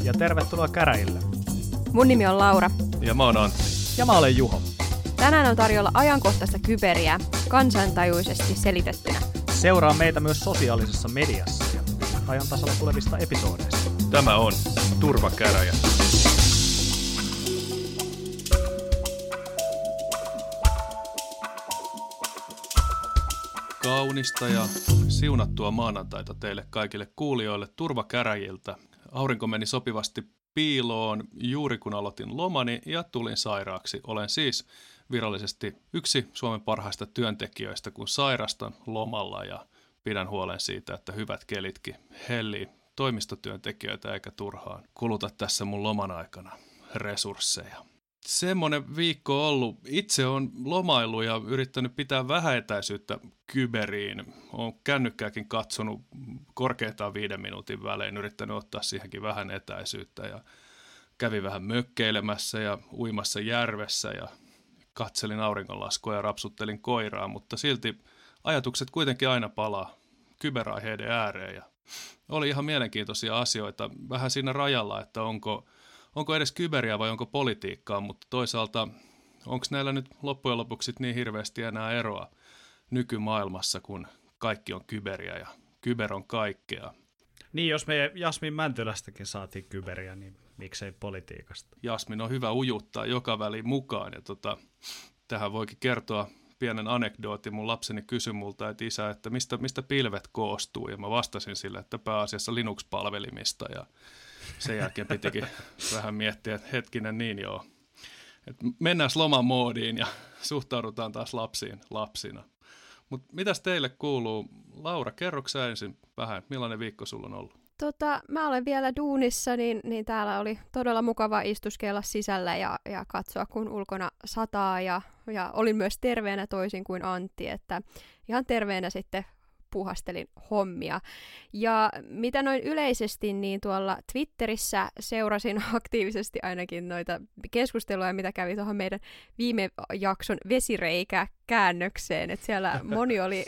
Ja tervetuloa käräjille. Mun nimi on Laura. Ja mä oon Antti. Ja mä olen Juho. Tänään on tarjolla ajankohtaista kyberiä kansantajuisesti selitettynä. Seuraa meitä myös sosiaalisessa mediassa ja ajan tasalla tulevista episoodeista. Tämä on Turvakäräjä. Kaunista ja siunattua maanantaita teille kaikille kuulijoille Turvakäräjiltä. Aurinko meni sopivasti piiloon juuri kun aloitin lomani ja tulin sairaaksi. Olen siis virallisesti yksi Suomen parhaista työntekijöistä, kun sairastan lomalla ja pidän huolen siitä, että hyvät kelitkin hellii toimistotyöntekijöitä eikä turhaan kuluta tässä mun loman aikana resursseja. Semmoinen viikko ollut. Itse on lomaillut ja yrittänyt pitää vähän etäisyyttä kyberiin. Olen kännykkääkin katsonut korkeintaan 5 minuutin välein, yrittänyt ottaa siihenkin vähän etäisyyttä ja kävin vähän mökkeilemässä ja uimassa järvessä ja katselin auringonlaskua ja rapsuttelin koiraa, mutta silti ajatukset kuitenkin aina palaa kyberaiheiden ääreen ja oli ihan mielenkiintoisia asioita vähän siinä rajalla, että onko edes kyberiä vai onko politiikkaa, mutta toisaalta onko näillä nyt loppujen lopuksi niin hirveästi enää eroa nykymaailmassa, kun kaikki on kyberiä ja kyber on kaikkea. Niin, jos me Jasmin Mäntylästäkin saatiin kyberiä, niin miksei politiikasta? Jasmin on hyvä ujuttaa joka väliin mukaan ja tähän voikin kertoa pienen anekdootin. Mun lapseni kysyi multa, että isä, että mistä pilvet koostuu ja mä vastasin sille, että pääasiassa Linux-palvelimista ja sen jälkeen pitikin vähän miettiä, että hetkinen niin joo. Et mennään loman moodiin ja suhtaudutaan taas lapsiin lapsina. Mutta mitäs teille kuuluu? Laura, kerroksä ensin vähän, millainen viikko sulla on ollut? Mä olen vielä duunissa, niin täällä oli todella mukava istuskella sisällä ja katsoa, kun ulkona sataa. Ja olin myös terveenä toisin kuin Antti, että ihan terveenä sitten puhastelin hommia. Ja mitä noin yleisesti, niin tuolla Twitterissä seurasin aktiivisesti ainakin noita keskusteluja, mitä kävi tuohon meidän viime jakson vesireikäkäännökseen. Että siellä moni oli,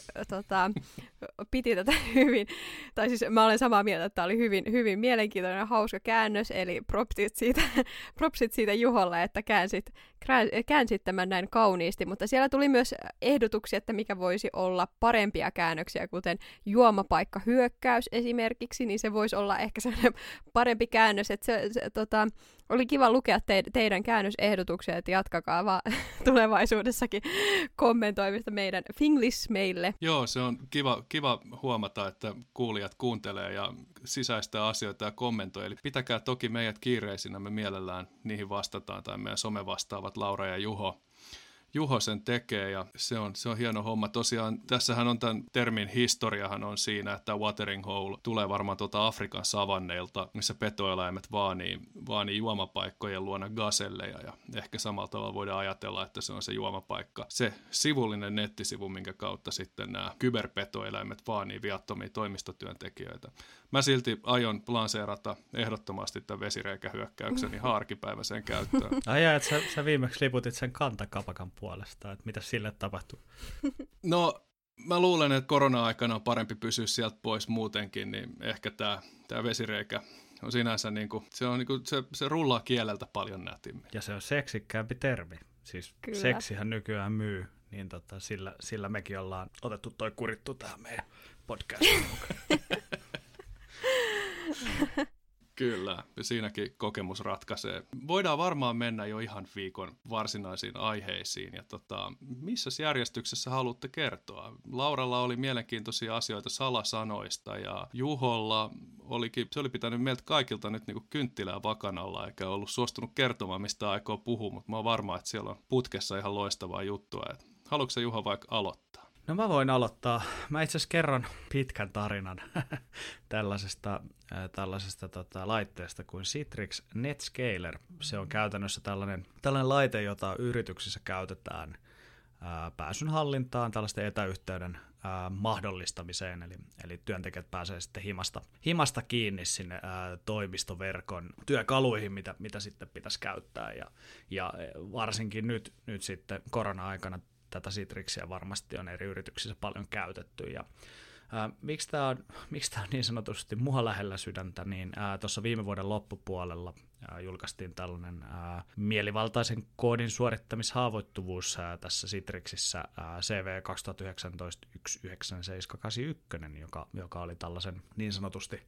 piti tätä hyvin, tai siis mä olen samaa mieltä, että tämä oli hyvin, hyvin mielenkiintoinen ja hauska käännös, eli propsit siitä Juholle, että käänsit tämän näin kauniisti, mutta siellä tuli myös ehdotuksia, että mikä voisi olla parempia käännöksiä, kuten juomapaikkahyökkäys esimerkiksi, niin se voisi olla ehkä sellainen parempi käännös, että oli kiva lukea teidän käännösehdotuksia, että jatkakaa vaan tulevaisuudessakin kommentoimista meidän Finglish-meille. Joo, se on kiva huomata, että kuulijat kuuntelee ja sisäistää asioita ja kommentoi. Eli pitäkää toki meidät kiireisinä, me mielellään niihin vastataan, tai meidän somevastaavat Laura ja Juho sen tekee ja se on hieno homma. Tosiaan tässähän on tämän termin historiahan on siinä, että watering hole tulee varmaan Afrikan savanneilta, missä petoeläimet vaanii juomapaikkojen luona gaselleja ja ehkä samalla tavalla voidaan ajatella, että se on se juomapaikka. Se sivullinen nettisivu, minkä kautta sitten nämä kyberpetoeläimet vaanii viattomia toimistotyöntekijöitä. Mä silti aion lanseerata ehdottomasti tämän vesireikähyökkäyksen ihan arkipäiväiseen käyttöön. Ai että sä viimeksi liputit sen kantakapakan puolesta, että mitä sille tapahtuu? No, mä luulen, että korona-aikana on parempi pysyä sieltä pois muutenkin, niin ehkä tämä vesireikä on sinänsä se rullaa kieleltä paljon nätimmin. Ja se on seksikkäämpi termi. Siis kyllä. Seksihän nykyään myy, niin sillä mekin ollaan otettu toi kurittu tähän meidän podcastiin mukaan. Kyllä, siinäkin kokemus ratkaisee. Voidaan varmaan mennä jo ihan viikon varsinaisiin aiheisiin. Ja missä järjestyksessä haluatte kertoa? Lauralla oli mielenkiintoisia asioita salasanoista ja Juholla se oli pitänyt meiltä kaikilta nyt niinku kynttilää vakanalla eikä ollut suostunut kertomaan, mistä aikoo puhua, mutta mä oon varma, että siellä on putkessa ihan loistavaa juttua. Haluatko sä Juho vaikka aloittaa? No mä voin aloittaa. Mä itse asiassa kerron pitkän tarinan tällaisesta laitteesta kuin Citrix NetScaler. Se on käytännössä tällainen laite, jota yrityksissä käytetään pääsyn hallintaan, tällaisten etäyhteyden mahdollistamiseen, eli työntekijät pääsee sitten himasta kiinni sinne toimistoverkon työkaluihin, mitä sitten pitäisi käyttää, ja varsinkin nyt sitten korona-aikana tätä Citrixia varmasti on eri yrityksissä paljon käytetty, ja Miksi tämä on niin sanotusti mua lähellä sydäntä, niin tuossa viime vuoden loppupuolella julkaistiin tällainen mielivaltaisen koodin suorittamishaavoittuvuus tässä Citrixissa CV 2019-19781, joka oli tällaisen niin sanotusti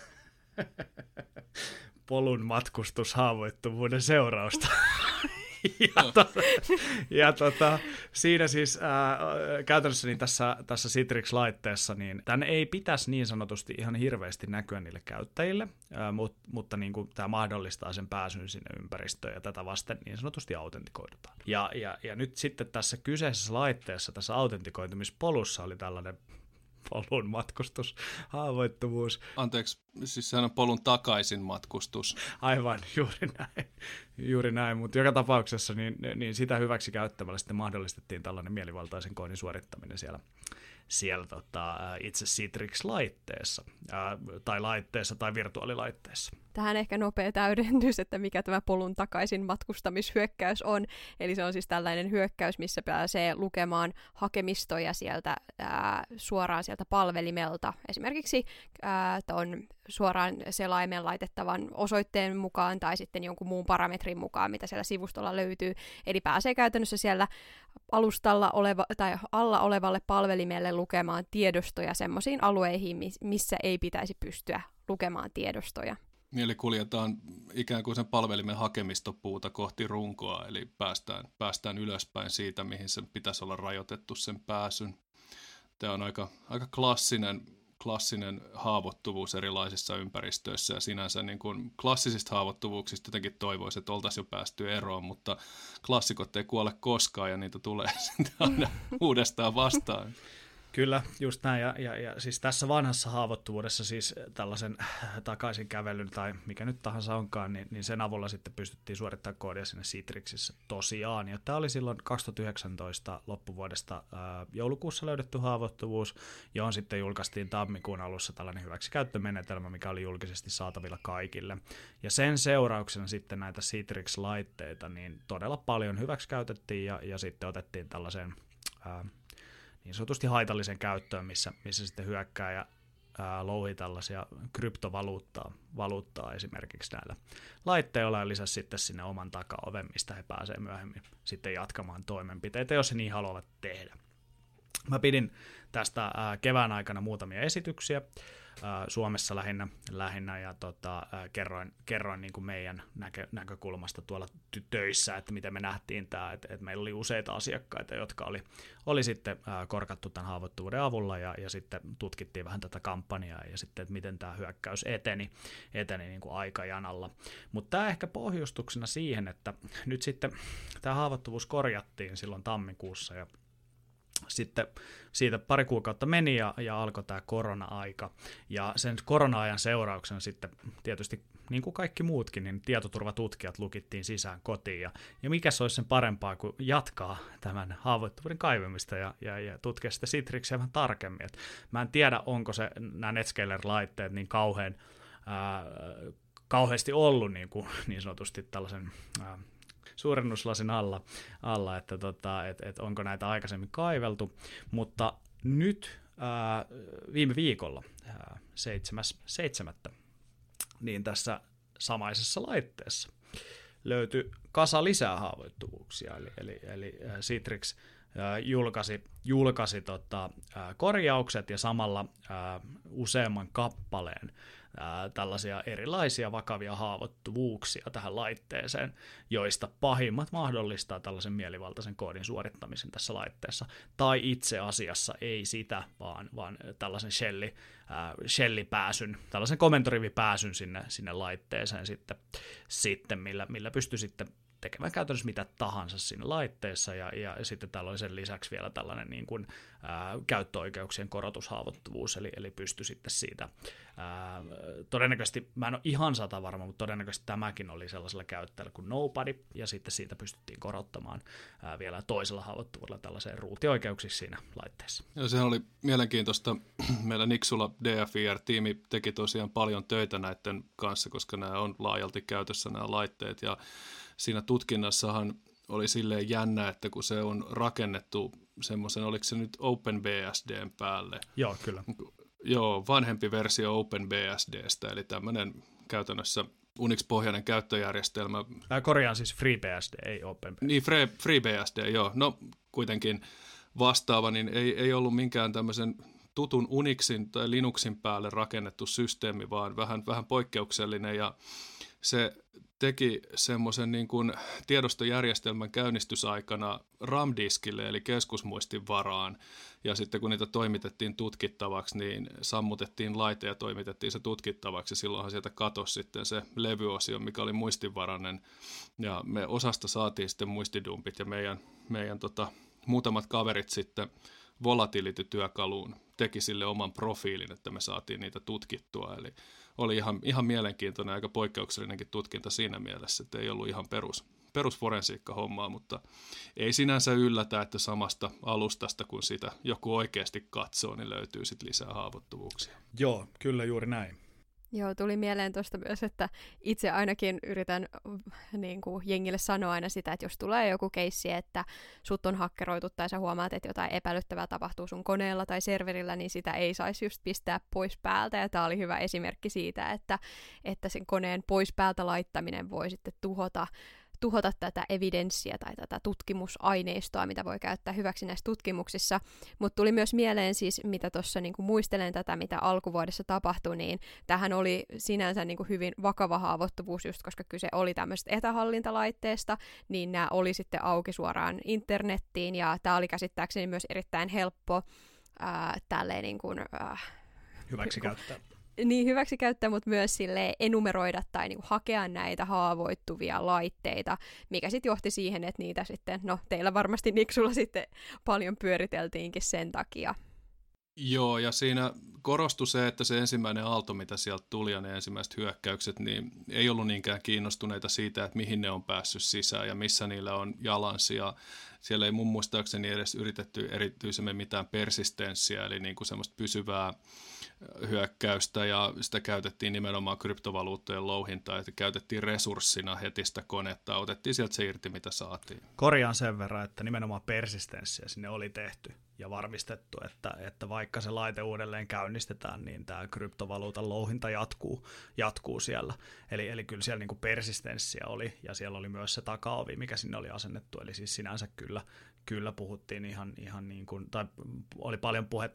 polun matkustushaavoittuvuuden seurausta. Siinä siis käytännössä niin tässä Citrix-laitteessa niin tämän ei pitäisi niin sanotusti ihan hirveästi näkyä niille käyttäjille, mutta niin kuin tämä mahdollistaa sen pääsyn sinne ympäristöön ja tätä vasten niin sanotusti autentikoidutaan. Ja nyt sitten tässä kyseisessä laitteessa, tässä autentikoitumispolussa oli tällainen polun matkustushaavoittuvuus. Anteeksi, siis sehän on polun takaisin matkustus. Aivan, juuri näin, mutta joka tapauksessa niin sitä hyväksi käyttämällä sitten mahdollistettiin tällainen mielivaltaisen koodin suorittaminen siellä itse Citrix-laitteessa, tai virtuaalilaitteessa. Tähän ehkä nopea täydennys, että mikä tämä polun takaisin matkustamishyökkäys on. Eli se on siis tällainen hyökkäys, missä pääsee lukemaan hakemistoja suoraan sieltä palvelimelta. Esimerkiksi on suoraan selaimen laitettavan osoitteen mukaan tai sitten jonkun muun parametrin mukaan, mitä siellä sivustolla löytyy. Eli pääsee käytännössä siellä alustalla tai alla olevalle palvelimelle lukemaan tiedostoja semmoisiin alueihin, missä ei pitäisi pystyä lukemaan tiedostoja. Eli kuljetaan ikään kuin sen palvelimen hakemistopuuta kohti runkoa, eli päästään ylöspäin siitä, mihin sen pitäisi olla rajoitettu sen pääsyn. Tämä on aika klassinen haavoittuvuus erilaisissa ympäristöissä, ja sinänsä niin kuin klassisista haavoittuvuuksista jotenkin toivoisi, että oltaisiin jo päästy eroon, mutta klassikot ei kuole koskaan, ja niitä tulee sitten aina uudestaan vastaan. Kyllä, just näin. Ja siis tässä vanhassa haavoittuvuudessa siis tällaisen takaisin kävelyn tai mikä nyt tahansa onkaan, niin sen avulla sitten pystyttiin suorittamaan koodia sinne Citrixissä tosiaan. Ja tämä oli silloin 2019 loppuvuodesta joulukuussa löydetty haavoittuvuus, johon sitten julkaistiin tammikuun alussa tällainen hyväksikäyttömenetelmä, mikä oli julkisesti saatavilla kaikille. Ja sen seurauksena sitten näitä Citrix-laitteita niin todella paljon hyväksikäytettiin ja sitten otettiin tällaiseen niin sanotusti haitallisen käyttöön, missä sitten hyökkääjä louhi tällaisia kryptovaluuttaa esimerkiksi näillä laitteilla ja lisäsi sitten sinne oman takaoven, mistä he pääsevät myöhemmin sitten jatkamaan toimenpiteitä, jos he niin haluavat tehdä. Mä pidin tästä kevään aikana muutamia esityksiä Suomessa lähinnä ja kerroin niin kuin meidän näkökulmasta tuolla töissä, että miten me nähtiin tämä, että meillä oli useita asiakkaita, jotka oli sitten korkattu tämän haavoittuvuuden avulla ja sitten tutkittiin vähän tätä kampanjaa ja sitten, että miten tämä hyökkäys eteni niin kuin aikajanalla. Mutta tämä ehkä pohjustuksena siihen, että nyt sitten tämä haavoittuvuus korjattiin silloin tammikuussa ja sitten siitä pari kuukautta meni ja alkoi tämä korona-aika. Ja sen korona-ajan seurauksena sitten tietysti, niin kuin kaikki muutkin, niin tietoturvatutkijat lukittiin sisään kotiin. Ja mikä se olisi sen parempaa kuin jatkaa tämän haavoittuvuuden kaivamista ja tutkia sitä Citrixia vähän tarkemmin. Et mä en tiedä, onko nämä Netscaler-laitteet niin kauheasti ollut niin sanotusti tällaisen suurennuslasin alla että onko näitä aikaisemmin kaiveltu, mutta nyt viime viikolla 7.7. niin tässä samaisessa laitteessa löytyi kasa lisää haavoittuvuuksia, eli Citrix julkaisi korjaukset ja samalla useamman kappaleen tällaisia erilaisia vakavia haavoittuvuuksia tähän laitteeseen, joista pahimmat mahdollistaa tällaisen mielivaltaisen koodin suorittamisen tässä laitteessa. Tai itse asiassa ei sitä, vaan tällaisen shellipääsyn, tällaisen komentorivipääsyn sinne laitteeseen sitten millä pystyy sitten tekemään käytännössä mitä tahansa siinä laitteessa, ja sitten täällä oli sen lisäksi vielä tällainen niin kuin, käyttöoikeuksien korotushaavoittuvuus, eli pystyi sitten siitä, todennäköisesti, mä en ole ihan 100% varma, mutta todennäköisesti tämäkin oli sellaisella käyttäjällä kuin Nobody, ja sitten siitä pystyttiin korottamaan vielä toisella haavoittuvuudella tällaiseen ruutioikeuksiksi siinä laitteessa. Ja sehän oli mielenkiintoista, meillä Nixulla DFIR-tiimi teki tosiaan paljon töitä näiden kanssa, koska nämä on laajalti käytössä nämä laitteet, ja siinä tutkinnassahan oli silleen jännä, että kun se on rakennettu semmoisen, oliko se nyt OpenBSDn päälle? Joo, kyllä. Joo, vanhempi versio OpenBSDstä, eli tämmöinen käytännössä Unix-pohjainen käyttöjärjestelmä. Korjaan siis FreeBSD, ei OpenBSD. Niin, FreeBSD, joo. No kuitenkin vastaava, niin ei ollut minkään tämmöisen tutun Unixin tai Linuxin päälle rakennettu systeemi, vaan vähän poikkeuksellinen, ja se teki semmoisen niin kuin tiedostojärjestelmän käynnistysaikana RAM-diskille, eli keskusmuistin varaan, ja sitten kun niitä toimitettiin tutkittavaksi, niin sammutettiin laite ja toimitettiin se tutkittavaksi, ja silloinhan sieltä katosi sitten se levyosio, mikä oli muistinvarainen, ja me osasta saatiin sitten muistidumpit, ja meidän muutamat kaverit sitten Volatility-työkaluun teki sille oman profiilin, että me saatiin niitä tutkittua, eli oli ihan mielenkiintoinen, aika poikkeuksellinenkin tutkinta siinä mielessä, että ei ollut ihan perusforensiikka-hommaa, mutta ei sinänsä yllätä, että samasta alustasta, kun sitä joku oikeasti katsoo, niin löytyy sitten lisää haavoittuvuuksia. Joo, kyllä juuri näin. Joo, tuli mieleen tuosta myös, että itse ainakin yritän niin kuin jengille sanoa aina sitä, että jos tulee joku keissi, että sut on hakkeroitu tai sä huomaat, että jotain epäilyttävää tapahtuu sun koneella tai serverillä, niin sitä ei saisi just pistää pois päältä. Ja tämä oli hyvä esimerkki siitä, että sen koneen pois päältä laittaminen voi sitten tuhota tätä evidenssiä tai tätä tutkimusaineistoa, mitä voi käyttää hyväksi näissä tutkimuksissa. Mutta tuli myös mieleen siis, mitä tuossa niinku muistelen tätä, mitä alkuvuodessa tapahtui, niin tämähän oli sinänsä niinku hyvin vakava haavoittuvuus, just koska kyse oli tämmöisestä etähallintalaitteesta, niin nämä oli sitten auki suoraan internettiin, ja tämä oli käsittääkseni myös erittäin helppo tälleen niin kuin, hyväksi käyttää. Niin, hyväksi käyttää, mutta myös enumeroida tai niinku hakea näitä haavoittuvia laitteita, mikä sitten johti siihen, että niitä sitten, no teillä varmasti Niksulla sitten paljon pyöriteltiinkin sen takia. Joo, ja siinä korostui se, että se ensimmäinen aalto, mitä sieltä tuli ja ne ensimmäiset hyökkäykset, niin ei ollut niinkään kiinnostuneita siitä, että mihin ne on päässyt sisään ja missä niillä on jalansija. Siellä ei mun muistaakseni edes yritetty erityisemmin mitään persistenssiä, eli niin kuin semmoista pysyvää hyökkäystä, ja sitä käytettiin nimenomaan kryptovaluuttojen louhintaa, että käytettiin resurssina heti sitä konetta, otettiin sieltä se irti, mitä saatiin. Korjaan sen verran, että nimenomaan persistenssiä sinne oli tehty ja varmistettu, että vaikka se laite uudelleen käynnistetään, niin tämä kryptovaluutan louhinta jatkuu siellä. Eli kyllä siellä niinku persistenssiä oli, ja siellä oli myös se takaovi, mikä sinne oli asennettu, eli siis sinänsä kyllä puhuttiin ihan niin kuin, tai oli paljon puhetta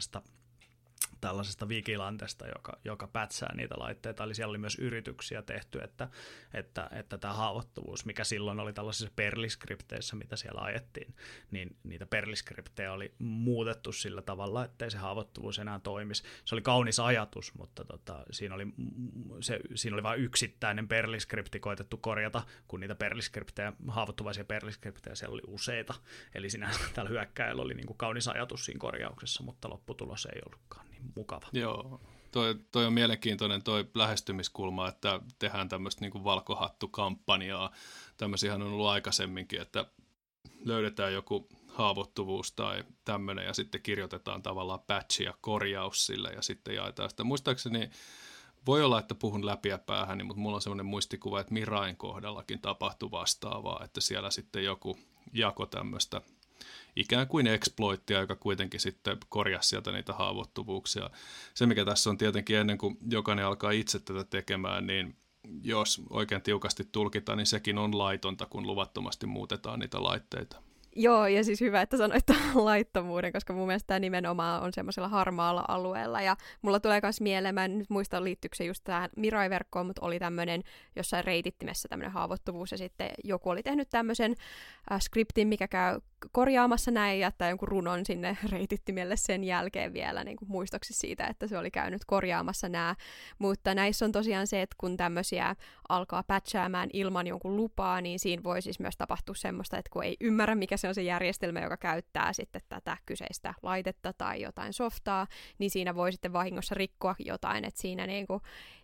tällaisesta vigilantesta, joka pätsää niitä laitteita. Eli siellä oli myös yrityksiä tehty, että tämä haavoittuvuus, mikä silloin oli tällaisissa perliskripteissä, mitä siellä ajettiin, niin niitä perliskriptejä oli muutettu sillä tavalla, ettei se haavoittuvuus enää toimisi. Se oli kaunis ajatus, mutta siinä oli vain yksittäinen perliskripti koetettu korjata, kun niitä perliskriptejä, haavoittuvaisia perliskriptejä siellä oli useita. Eli sinänsä tällä hyökkäjällä oli niin kuin kaunis ajatus siinä korjauksessa, mutta lopputulos ei ollutkaan niin mukava. Joo, toi on mielenkiintoinen toi lähestymiskulma, että tehdään tämmöistä niin kuin valkohattukampanjaa. Tämmöisiähän on ollut aikaisemminkin, että löydetään joku haavoittuvuus tai tämmöinen ja sitten kirjoitetaan tavallaan patch ja korjaus sille ja sitten jaetaan sitä. Muistaakseni voi olla, että puhun läpiä päähän, mutta mulla on semmoinen muistikuva, että Mirain kohdallakin tapahtui vastaavaa, että siellä sitten joku jako tämmöistä ikään kuin exploittia, joka kuitenkin sitten korjasi sieltä niitä haavoittuvuuksia. Se, mikä tässä on tietenkin ennen kuin jokainen alkaa itse tätä tekemään, niin jos oikein tiukasti tulkitaan, niin sekin on laitonta, kun luvattomasti muutetaan niitä laitteita. Joo, ja siis hyvä, että sanoit laittomuuden, koska mun mielestä tämä nimenomaan on semmoisella harmaalla alueella, ja mulla tulee myös mieleen, mä en nyt muista liittyykö se just tähän Mirai-verkkoon, mutta oli tämmöinen jossain reitittimessä tämmöinen haavoittuvuus, ja sitten joku oli tehnyt tämmöisen skriptin, mikä käy korjaamassa näin, ja jättää jonkun runon sinne reitittimelle sen jälkeen vielä niin kuin muistoksi siitä, että se oli käynyt korjaamassa nämä, mutta näissä on tosiaan se, että kun tämmöisiä alkaa patchaamaan ilman jonkun lupaa, niin siinä voi siis myös tapahtua semmoista, että kun ei ymmärrä, mikä se on se järjestelmä, joka käyttää sitten tätä kyseistä laitetta tai jotain softaa, niin siinä voi sitten vahingossa rikkoa jotain, että siinä niinku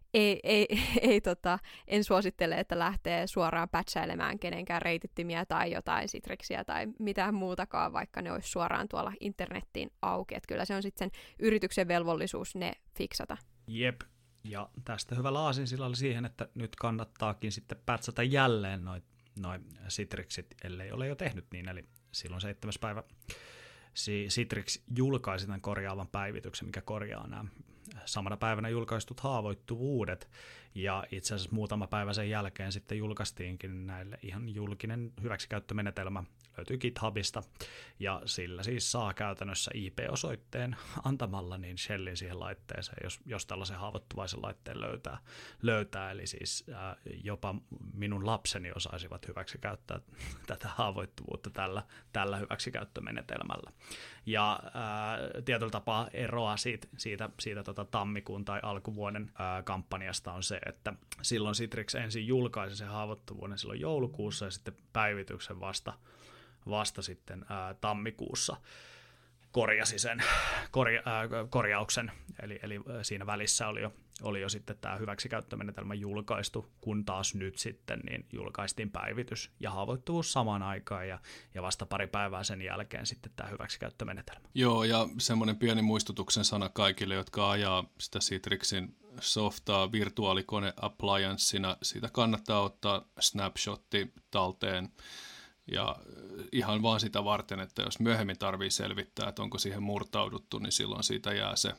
en suosittele, että lähtee suoraan patchailemaan kenenkään reitittimiä tai jotain Citrixia tai mitään muutakaan, vaikka ne olisi suoraan tuolla internettiin auki. Että kyllä se on sitten sen yrityksen velvollisuus ne fiksata. Jep. Ja tästä hyvällä aasinsillalla siihen, että nyt kannattaakin sitten pätsätä jälleen noin Citrixit, ellei ole jo tehnyt niin, eli silloin 7. päivä Citrix julkaisi tämän korjaavan päivityksen, mikä korjaa nämä samana päivänä julkaistut haavoittuvuudet, ja itse asiassa muutama päivä sen jälkeen sitten julkaistiinkin näille ihan julkinen hyväksikäyttömenetelmä, löytyy GitHubista, ja sillä siis saa käytännössä IP-osoitteen antamalla niin shellin siihen laitteeseen, jos tällaisen haavoittuvaisen laitteen löytää, eli siis jopa minun lapseni osaisivat hyväksikäyttää tätä haavoittuvuutta tällä hyväksikäyttömenetelmällä. Ja tietyllä tapaa eroa siitä tammikuun tai alkuvuoden kampanjasta on se, että silloin Citrix ensin julkaisi sen haavoittuvuuden silloin joulukuussa ja sitten päivityksen vasta sitten tammikuussa korjasi sen korjauksen, eli siinä välissä oli jo sitten tämä hyväksikäyttömenetelmä julkaistu, kun taas nyt sitten niin julkaistiin päivitys ja haavoittuvuus samaan aikaan ja vasta pari päivää sen jälkeen sitten tämä hyväksikäyttömenetelmä. Joo, ja semmoinen pieni muistutuksen sana kaikille, jotka ajaa sitä Citrixin softaa virtuaalikone-applianceina, siitä kannattaa ottaa snapshotti talteen. Ja ihan vaan sitä varten, että jos myöhemmin tarvii selvittää, että onko siihen murtauduttu, niin silloin siitä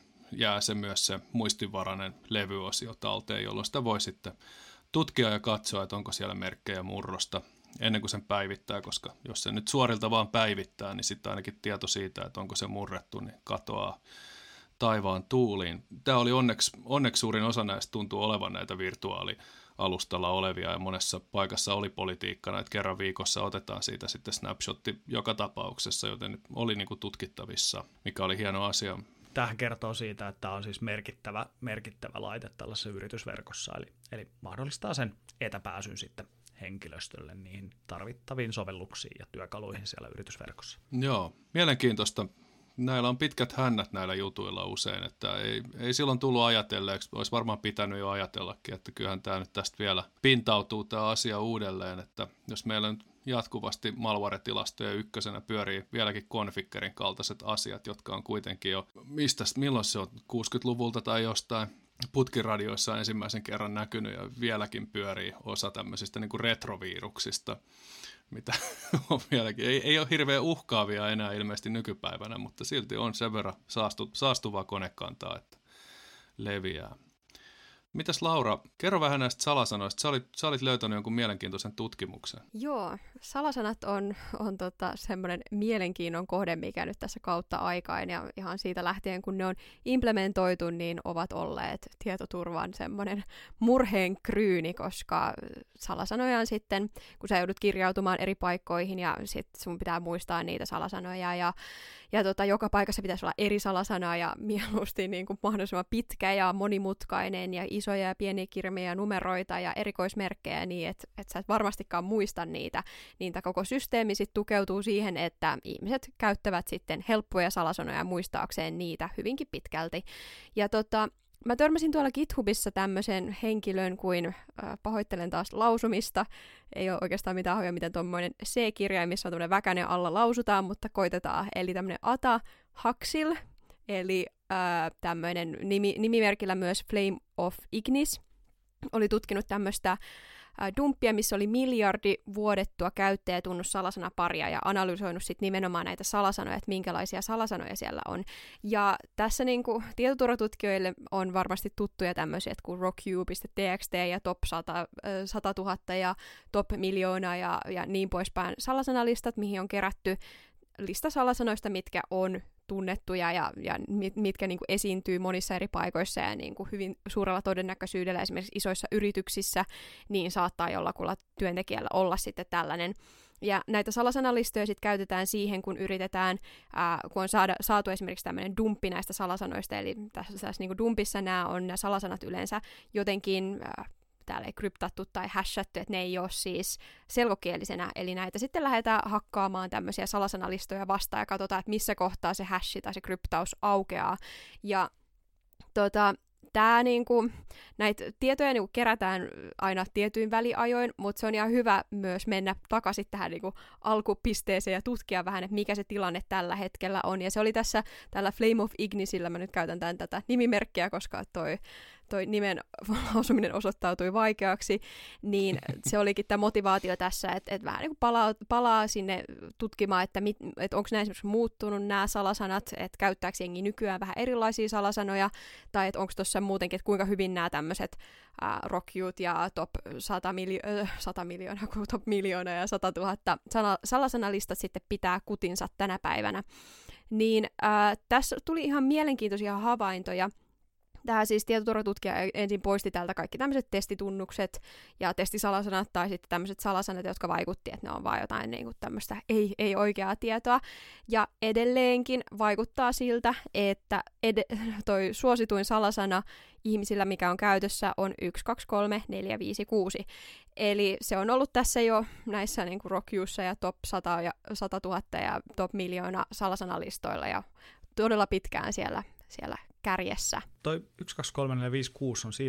jää se myös se muistinvarainen levyosio talteen, jolloin sitä voi sitten tutkia ja katsoa, että onko siellä merkkejä murrosta ennen kuin sen päivittää, koska jos se nyt suorilta vaan päivittää, niin sitten ainakin tieto siitä, että onko se murrettu, niin katoaa taivaan tuuliin. Tämä oli onneksi suurin osa näistä tuntuu olevan näitä virtuaalialustalla olevia ja monessa paikassa oli politiikkana, että kerran viikossa otetaan siitä sitten snapshotti joka tapauksessa, joten oli niin kuin tutkittavissa, mikä oli hieno asia. Tämähän kertoo siitä, että tämä on siis merkittävä laite tällaisessa yritysverkossa, eli mahdollistaa sen etäpääsyn sitten henkilöstölle niihin tarvittaviin sovelluksiin ja työkaluihin siellä yritysverkossa. Joo, mielenkiintoista. Näillä on pitkät hännät näillä jutuilla usein, että ei silloin tullut ajatelleeksi, olisi varmaan pitänyt jo ajatellakin, että kyllähän tämä nyt tästä vielä pintautuu tämä asia uudelleen, että jos meillä nyt jatkuvasti malware-tilastoja ykkösenä pyörii vieläkin Confickerin kaltaiset asiat, jotka on kuitenkin jo, milloin se on, 60-luvulta tai jostain putkiradioissa ensimmäisen kerran näkynyt ja vieläkin pyörii osa tämmöisistä niin kuin retroviruksista, mitä on vieläkin. Ei ole hirveän uhkaavia enää ilmeisesti nykypäivänä, mutta silti on sen verran saastuvaa konekantaa, että leviää. Mitäs Laura, kerro vähän näistä salasanoista. Sä olit löytänyt jonkun mielenkiintoisen tutkimuksen. Joo, salasanat on semmoinen mielenkiinnon kohde, mikä nyt tässä kautta aikaan ja ihan siitä lähtien, kun ne on implementoitu, niin ovat olleet tietoturvan semmoinen murheenkryyni, koska salasanoja on sitten, kun sä joudut kirjautumaan eri paikkoihin ja sit sun pitää muistaa niitä salasanoja ja joka paikassa pitäisi olla eri salasana ja mieluusti niin kuin mahdollisimman pitkä ja monimutkainen ja isoja ja pieniä kirjoja ja numeroita ja erikoismerkkejä niin, että sä et varmastikaan muista niitä. Niin tämä koko systeemi sitten tukeutuu siihen, että ihmiset käyttävät sitten helppoja salasanoja muistaakseen niitä hyvinkin pitkälti. Ja mä törmäsin tuolla GitHubissa tämmöisen henkilön kuin, pahoittelen taas lausumista, ei ole oikeastaan mitään hajua, miten tuommoinen C-kirjain, missä on tämmöinen väkänen alla lausutaan, mutta koitetaan. Eli tämmöinen Ata Haxil, eli tämmöinen nimimerkillä myös Flame of Ignis, oli tutkinut tämmöistä dumppia, missä oli miljardi vuodettua käyttäjätunnussalasanparia ja analysoinut sitten nimenomaan näitä salasanoja, että minkälaisia salasanoja siellä on. Ja tässä niinku tietoturvatutkijoille on varmasti tuttuja tämmöisiä kuin rockyou.txt ja top 100 000 ja top 1 000 000 ja niin poispäin salasanalistat, mihin on kerätty lista salasanoista, mitkä on tunnettuja ja mitkä niin kuin esiintyy monissa eri paikoissa ja niin kuin hyvin suurella todennäköisyydellä esimerkiksi isoissa yrityksissä, niin saattaa jollakulla työntekijällä olla sitten tällainen. Ja näitä salasanalistoja sitten käytetään siihen, kun yritetään, kun on saatu esimerkiksi tämmöinen dumppi näistä salasanoista, eli tässä niin kuin dumpissa nämä salasanat yleensä jotenkin täällä ei kryptattu tai hashattu, että ne ei ole siis selkokielisenä, eli näitä sitten lähdetään hakkaamaan tämmöisiä salasanalistoja vastaan ja katsotaan, että missä kohtaa se hashi tai se kryptaus aukeaa. Ja näitä tietoja niinku kerätään aina tietyin väliajoin, mutta se on ihan hyvä myös mennä takaisin tähän niinku alkupisteeseen ja tutkia vähän, että mikä se tilanne tällä hetkellä on. Ja se oli tällä Flame of Ignisillä, mä nyt käytän tätä nimimerkkiä, koska toi nimen lausuminen osoittautui vaikeaksi, niin se olikin tämä motivaatio tässä, että vähän niin kuin palaa sinne tutkimaan, että onko nämä esimerkiksi muuttunut nämä salasanat, että käyttääkö jengi nykyään vähän erilaisia salasanoja, tai että onko tuossa muutenkin, että kuinka hyvin nämä tämmöiset Rock Youth ja top 100 miljoonaa, top miljoonaa ja 100 000 salasanalistat sitten pitää kutinsa tänä päivänä. Niin tässä tuli ihan mielenkiintoisia havaintoja. Tämä siis tietoturvatutkija ensin poisti täältä kaikki tämmöiset testitunnukset ja testisalasanat tai sitten tämmöiset salasanat, jotka vaikutti, että ne on vaan jotain niin kuin tämmöistä ei oikeaa tietoa. Ja edelleenkin vaikuttaa siltä, että toi suosituin salasana ihmisillä, mikä on käytössä, on 1, 2, 3, 4, 5, 6. Eli se on ollut tässä jo näissä niin kuin Rock Youthissa ja top 100 ja 100 000 ja top miljoona salasanalistoilla ja todella pitkään siellä kärjessä. Toi 1, 2, 3, 4, 5, 6 on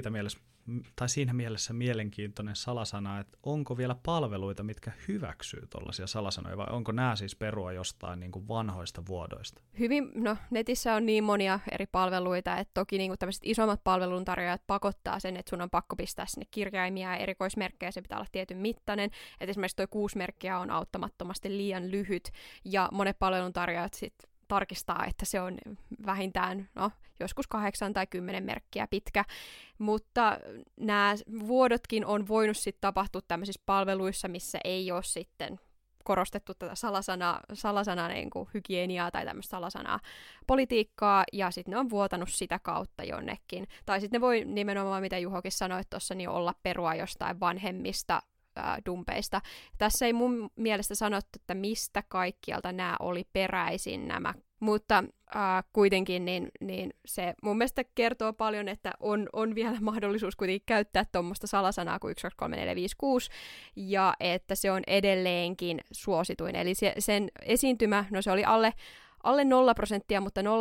siinä mielessä mielenkiintoinen salasana, että onko vielä palveluita, mitkä hyväksyy tuollaisia salasanoja, vai onko nämä siis perua jostain niin kuin vanhoista vuodoista? Netissä on niin monia eri palveluita, että toki niin kuin tämmöiset isommat palveluntarjoajat pakottaa sen, että sun on pakko pistää sinne kirjaimia ja erikoismerkkejä, se pitää olla tietyn mittainen, että esimerkiksi toi 6 merkkiä on auttamattomasti liian lyhyt, ja monet palveluntarjoajat sitten tarkistaa, että se on vähintään joskus 8 tai 10 merkkiä pitkä, mutta nämä vuodotkin on voinut sitten tapahtua tämmöisissä palveluissa, missä ei ole sitten korostettu tätä salasana niin kuin hygieniaa tai tämmöistä salasanaa politiikkaa, ja sitten ne on vuotanut sitä kautta jonnekin. Tai sitten ne voi nimenomaan, mitä Juhokin sanoi tuossa, niin olla perua jostain vanhemmista dumpeista. Tässä ei mun mielestä sanottu, että mistä kaikkialta nämä oli peräisin nämä, mutta kuitenkin niin se mun mielestä kertoo paljon, että on vielä mahdollisuus kuitenkin käyttää tuommoista salasanaa kuin 1, 2, 3, 4, 5, 6, ja että se on edelleenkin suosituin. Eli sen esiintymä, se oli alle 0%, mutta 0,72%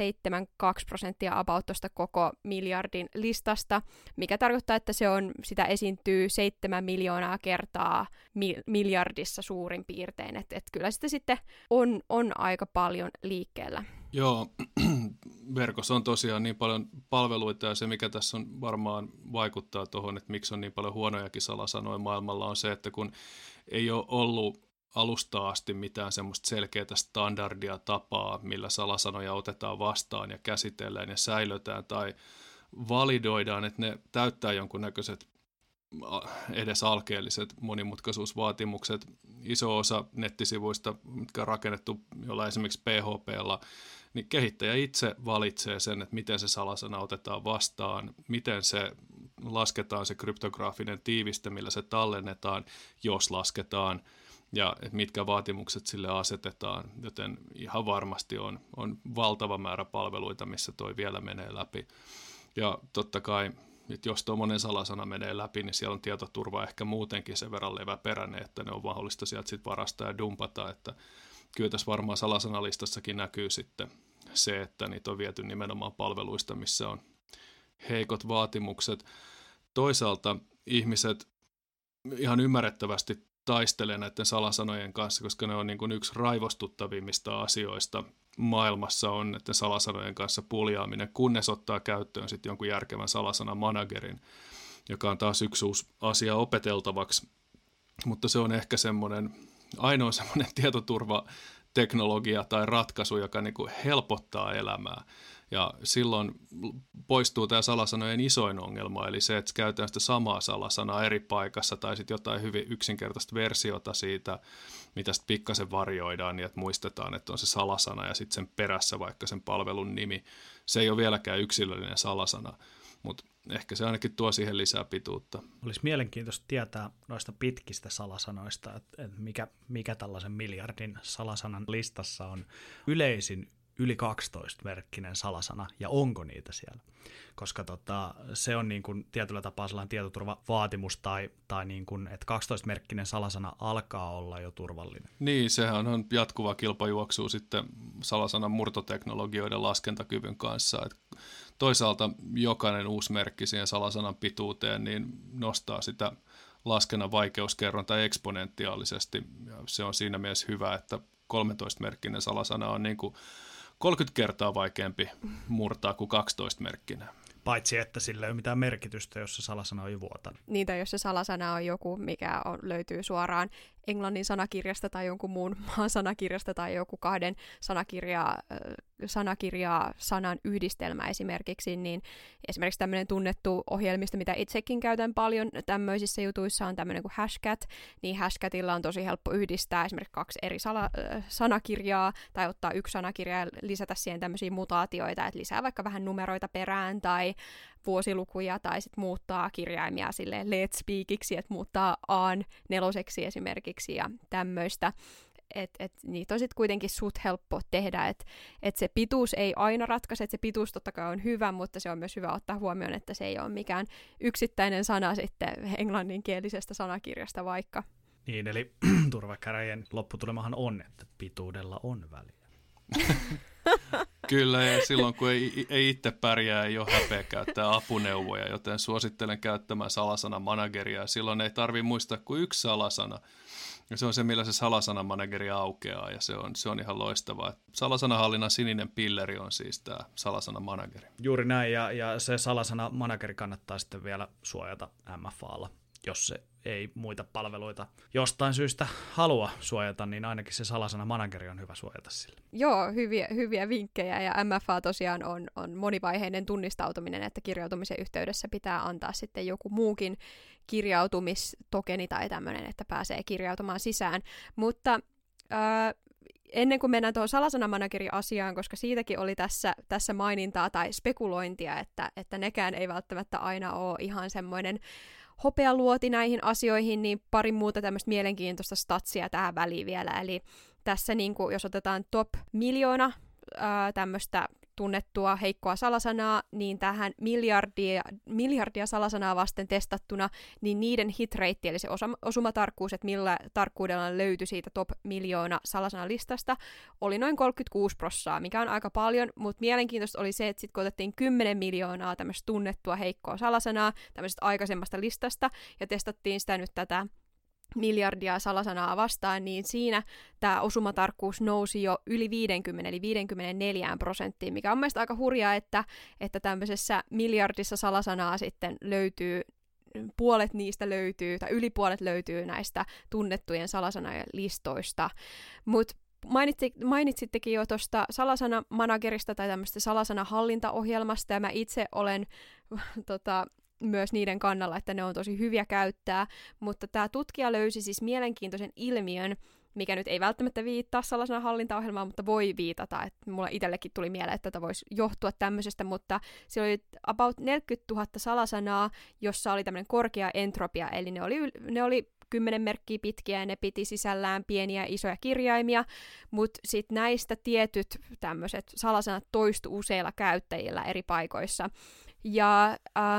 about tuosta koko miljardin listasta, mikä tarkoittaa, että sitä esiintyy 7 miljoonaa kertaa miljardissa suurin piirtein, että kyllä sitä sitten on aika paljon liikkeellä. Joo, verkossa on tosiaan niin paljon palveluita, ja se mikä tässä on varmaan vaikuttaa tuohon, että miksi on niin paljon huonojakin salasanoja maailmalla, on se, että kun ei ole ollut alusta asti mitään semmoista selkeää standardia tapaa, millä salasanoja otetaan vastaan ja käsitellään ja säilötään tai validoidaan, että ne täyttää jonkunnäköiset edes alkeelliset monimutkaisuusvaatimukset. Iso osa nettisivuista, mitkä on rakennettu jollain esimerkiksi PHP:lla, niin kehittäjä itse valitsee sen, että miten se salasana otetaan vastaan, miten se lasketaan se kryptograafinen tiiviste, millä se tallennetaan, jos lasketaan, ja mitkä vaatimukset sille asetetaan, joten ihan varmasti on valtava määrä palveluita, missä toi vielä menee läpi. Ja totta kai, että jos tuommoinen salasana menee läpi, niin siellä on tietoturva ehkä muutenkin sen verran leväperäinen, että ne on mahdollista sieltä sitten varastaa ja dumpata, että kyllä tässä varmaan salasanalistassakin näkyy sitten se, että niitä on viety nimenomaan palveluista, missä on heikot vaatimukset. Toisaalta ihmiset ihan ymmärrettävästi taistelee näiden salasanojen kanssa, koska ne on niin kuin yksi raivostuttavimmista asioista maailmassa on näiden salasanojen kanssa puljaaminen, kunnes ottaa käyttöön sitten jonkun järkevän salasanamanagerin, joka on taas yksi uusi asia opeteltavaksi, mutta se on ehkä ainoa semmoinen tietoturvateknologia tai ratkaisu, joka niin kuin helpottaa elämää. Ja silloin poistuu tämä salasanojen isoin ongelma, eli se, että käytetään sitä samaa salasanaa eri paikassa tai sitten jotain hyvin yksinkertaista versiota siitä, mitä sitten pikkasen varjoidaan, niin että muistetaan, että on se salasana ja sitten sen perässä vaikka sen palvelun nimi. Se ei ole vieläkään yksilöllinen salasana, mutta ehkä se ainakin tuo siihen lisää pituutta. Olisi mielenkiintoista tietää noista pitkistä salasanoista, että mikä tällaisen miljardin salasanan listassa on yleisin yli 12-merkkinen salasana, ja onko niitä siellä. Koska se on niin kuin tietyllä tapaa sellainen tietoturvavaatimus, tai niin kuin, että 12-merkkinen salasana alkaa olla jo turvallinen. Niin, sehän on jatkuva kilpajuoksu sitten salasanan murtoteknologioiden laskentakyvyn kanssa. Et toisaalta jokainen uusi merkki siihen salasanan pituuteen niin nostaa sitä laskennan vaikeuskerronta eksponentiaalisesti. Ja se on siinä mielessä hyvä, että 13-merkkinen salasana on niin kuin 30 kertaa vaikeampi murtaa kuin 12-merkkinen. Paitsi, että sillä ei ole mitään merkitystä, jos se salasana on jo vuotanut. Niitä, jos se salasana on joku, mikä löytyy suoraan englannin sanakirjasta tai jonkun muun maan sanakirjasta tai joku kahden sanakirjaa sanan yhdistelmä esimerkiksi, niin esimerkiksi tämmöinen tunnettu ohjelmisto, mitä itsekin käytän paljon tämmöisissä jutuissa, on tämmöinen kuin Hashcat, niin Hashcatilla on tosi helppo yhdistää esimerkiksi 2 eri sanakirjaa tai ottaa 1 sanakirja ja lisätä siihen tämmöisiä mutaatioita, että lisää vaikka vähän numeroita perään tai vuosilukuja tai sitten muuttaa kirjaimia silleen let's speakiksi, että muuttaa A:n 4 esimerkiksi ja tämmöistä. Niitä on sitten kuitenkin suht helppo tehdä, että se pituus ei aina ratkaise, että se pituus totta kai on hyvä, mutta se on myös hyvä ottaa huomioon, että se ei ole mikään yksittäinen sana sitten englanninkielisestä sanakirjasta vaikka. Niin, eli turvakäräjien lopputulemahan on, että pituudella on väliä. Kyllä, ja silloin kun ei itse pärjää, ei ole häpeä käyttää apuneuvoja, joten suosittelen käyttämään salasana-manageria. Silloin ei tarvitse muistaa kuin 1 salasana. Ja se on se, millä se salasana-manageri aukeaa, ja se on ihan loistavaa. Salasanahallinnan sininen pilleri on siis tämä salasana-manageri. Juuri näin, ja se salasana-manageri kannattaa sitten vielä suojata MFA:lla. Jos se ei muita palveluita jostain syystä halua suojata, niin ainakin se salasana-manageri on hyvä suojata sille. Joo, hyviä vinkkejä, ja MFA tosiaan on monivaiheinen tunnistautuminen, että kirjautumisen yhteydessä pitää antaa sitten joku muukin kirjautumistokeni tai tämmöinen, että pääsee kirjautumaan sisään. Mutta ennen kuin mennään tuohon salasana-manageri-asiaan, koska siitäkin oli tässä mainintaa tai spekulointia, että nekään ei välttämättä aina ole ihan semmoinen hopealuoti näihin asioihin, niin pari muuta tämmöistä mielenkiintoista statsia tähän väliin vielä. Eli tässä, niin kuin, jos otetaan top 1 000 000 tämmöistä tunnettua heikkoa salasanaa, niin tähän miljardia salasanaa vasten testattuna, niin niiden hitrate, eli se osumatarkkuus, että millä tarkkuudella löytyi siitä top 1 000 000 salasanalistasta, oli noin 36%, mikä on aika paljon, mutta mielenkiintoista oli se, että sitten kun otettiin 10 miljoonaa tämmöistä tunnettua heikkoa salasanaa tämmöisestä aikaisemmasta listasta, ja testattiin sitä nyt tätä miljardia salasanaa vastaan, niin siinä tämä osumatarkkuus nousi jo yli 50, eli 54%, mikä on mielestäni aika hurjaa, että tämmöisessä miljardissa salasanaa sitten löytyy, puolet niistä löytyy, tai yli puolet löytyy näistä tunnettujen salasanojen listoista. Mutta mainitsittekin jo tuosta salasana-managerista tai tämmöistä salasanahallintaohjelmasta, ja mä itse olen myös niiden kannalla, että ne on tosi hyviä käyttää, mutta tämä tutkija löysi siis mielenkiintoisen ilmiön, mikä nyt ei välttämättä viittaa salasanahallintaohjelmaan, mutta voi viitata, että mulla itsellekin tuli mieleen, että tätä voisi johtua tämmöisestä, mutta siellä oli about 40 000 salasanaa, jossa oli tämmöinen korkea entropia, eli ne oli 10 merkkiä pitkiä ja ne piti sisällään pieniä isoja kirjaimia, mutta sitten näistä tietyt tämmöiset salasanat toistu useilla käyttäjillä eri paikoissa. Ja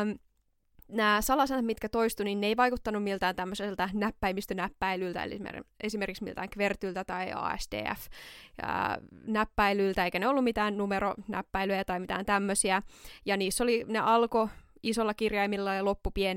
nämä salasanat, mitkä toistu, niin ne ei vaikuttanut miltään tämmöiseltä näppäimistönäppäilyltä, eli esimerkiksi miltään Kvertyltä tai ASDF-näppäilyltä, eikä ne ollut mitään numeronäppäilyjä tai mitään tämmöisiä. Ja niissä ne alkoi isolla kirjaimilla ja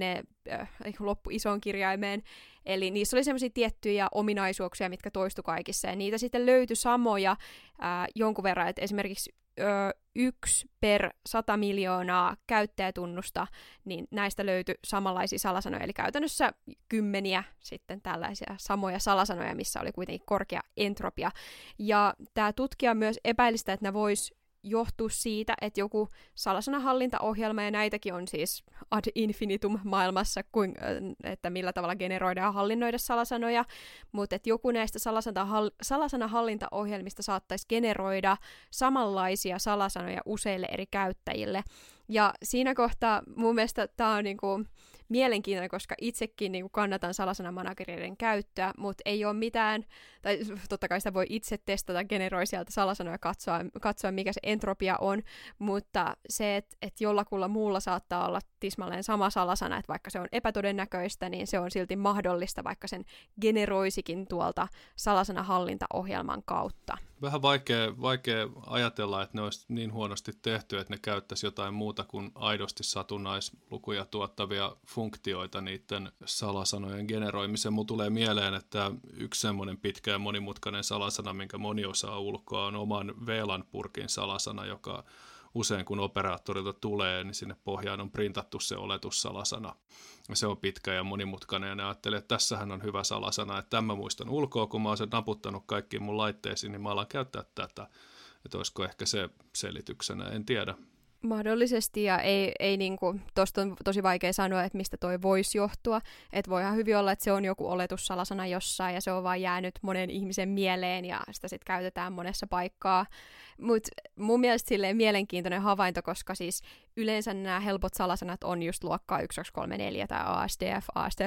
loppu isoon kirjaimeen. Eli niissä oli semmoisia tiettyjä ominaisuuksia, mitkä toistu kaikissa, ja niitä sitten löytyi samoja jonkun verran, että esimerkiksi 1 per 100 miljoonaa käyttäjätunnusta, niin näistä löytyi samanlaisia salasanoja, eli käytännössä kymmeniä sitten tällaisia samoja salasanoja, missä oli kuitenkin korkea entropia. Ja tämä tutkija myös epäili sitä, että ne vois johtuu siitä, että joku salasanahallintaohjelma, ja näitäkin on siis ad infinitum maailmassa, että millä tavalla generoidaan ja hallinnoida salasanoja, mutta että joku näistä salasanahallintaohjelmista saattaisi generoida samanlaisia salasanoja useille eri käyttäjille. Ja siinä kohtaa mun mielestä tämä on niinku mielenkiintoinen, koska itsekin niinku kannatan salasanamanagereiden käyttöä, mutta ei ole mitään, tai totta kai sitä voi itse testata, generoi sieltä salasanoja, katsoa mikä se entropia on, mutta se, että jollakulla muulla saattaa olla tismalleen sama salasana, että vaikka se on epätodennäköistä, niin se on silti mahdollista, vaikka sen generoisikin tuolta salasanahallintaohjelman kautta. Vähän vaikea ajatella, että ne olisi niin huonosti tehty, että ne käyttäisi jotain muuta kuin aidosti satunnaislukuja tuottavia funktioita niiden salasanojen generoimiseen. Mulla tulee mieleen, että yksi semmoinen pitkä ja monimutkainen salasana, minkä moni osaa ulkoa, on oman VLAN-purkin salasana, joka usein kun operaattorilta tulee, niin sinne pohjaan on printattu se oletussalasana. Se on pitkä ja monimutkainen ja ne ajattelee, että tässähän on hyvä salasana, että tämän mä muistan ulkoa, kun mä oon sen naputtanut kaikkiin mun laitteisiin, niin mä alan käyttää tätä. Että olisiko ehkä se selityksenä, en tiedä. Mahdollisesti, ja ei niinku, tosta on tosi vaikea sanoa, että mistä toi voisi johtua. Että voihan hyvin olla, että se on joku oletussalasana jossain, ja se on vaan jäänyt monen ihmisen mieleen, ja sitä sitten käytetään monessa paikkaa. Mutta mun mielestä silleen mielenkiintoinen havainto, koska siis yleensä nämä helpot salasanat on just luokkaa 1234 tai ASDF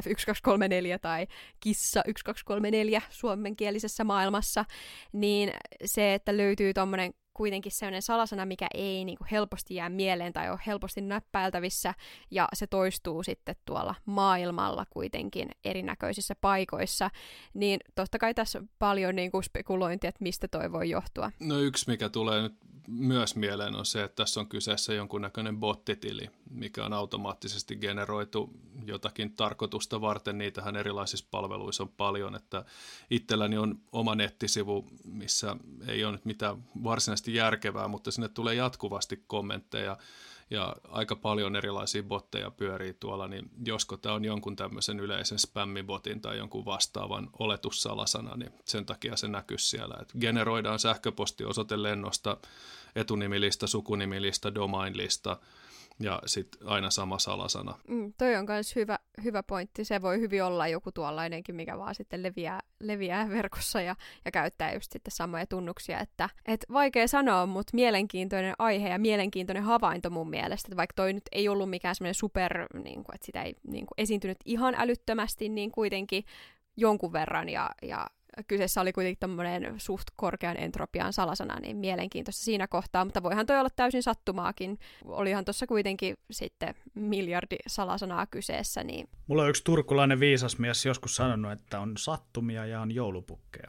1234 tai kissa 1234 suomenkielisessä maailmassa, niin se, että löytyy tommonen kuitenkin sellainen salasana, mikä ei niin kuin helposti jää mieleen tai ole helposti näppäiltävissä, ja se toistuu sitten tuolla maailmalla kuitenkin erinäköisissä paikoissa, niin totta kai tässä on paljon niin kuin spekulointia, että mistä toi voi johtua. No yksi, mikä tulee nyt myös mieleen, on se, että tässä on kyseessä jonkunnäköinen bottitili, mikä on automaattisesti generoitu jotakin tarkoitusta varten. Niitähän erilaisissa palveluissa on paljon, että itselläni on oma nettisivu, missä ei ole nyt mitään varsinaisesti järkevää, mutta sinne tulee jatkuvasti kommentteja ja aika paljon erilaisia botteja pyörii tuolla, niin josko tämä on jonkun tämmöisen yleisen spämmibotin tai jonkun vastaavan oletussalasana, niin sen takia se näkyy siellä. Et generoidaan sähköpostiosoitelennosta etunimilista, sukunimilista, domainlista ja sitten aina sama salasana. Toi on myös hyvä pointti. Se voi hyvin olla joku tuollainenkin, mikä vaan sitten leviää verkossa ja käyttää just sitten samoja tunnuksia. Että vaikea sanoa, mutta mielenkiintoinen aihe ja mielenkiintoinen havainto mun mielestä. Että vaikka toi nyt ei ollut mikään semmoinen super, niin kuin, että sitä ei niin kuin esiintynyt ihan älyttömästi, niin kuitenkin jonkun verran ja kyseessä oli kuitenkin tämmöinen suht korkean entropian salasana, niin mielenkiintoista siinä kohtaa, mutta voihan toi olla täysin sattumaakin. Olihan tuossa kuitenkin sitten miljardi salasanaa kyseessä. Niin. Mulla on yksi turkulainen viisas mies joskus sanonut, että on sattumia ja on joulupukkeja.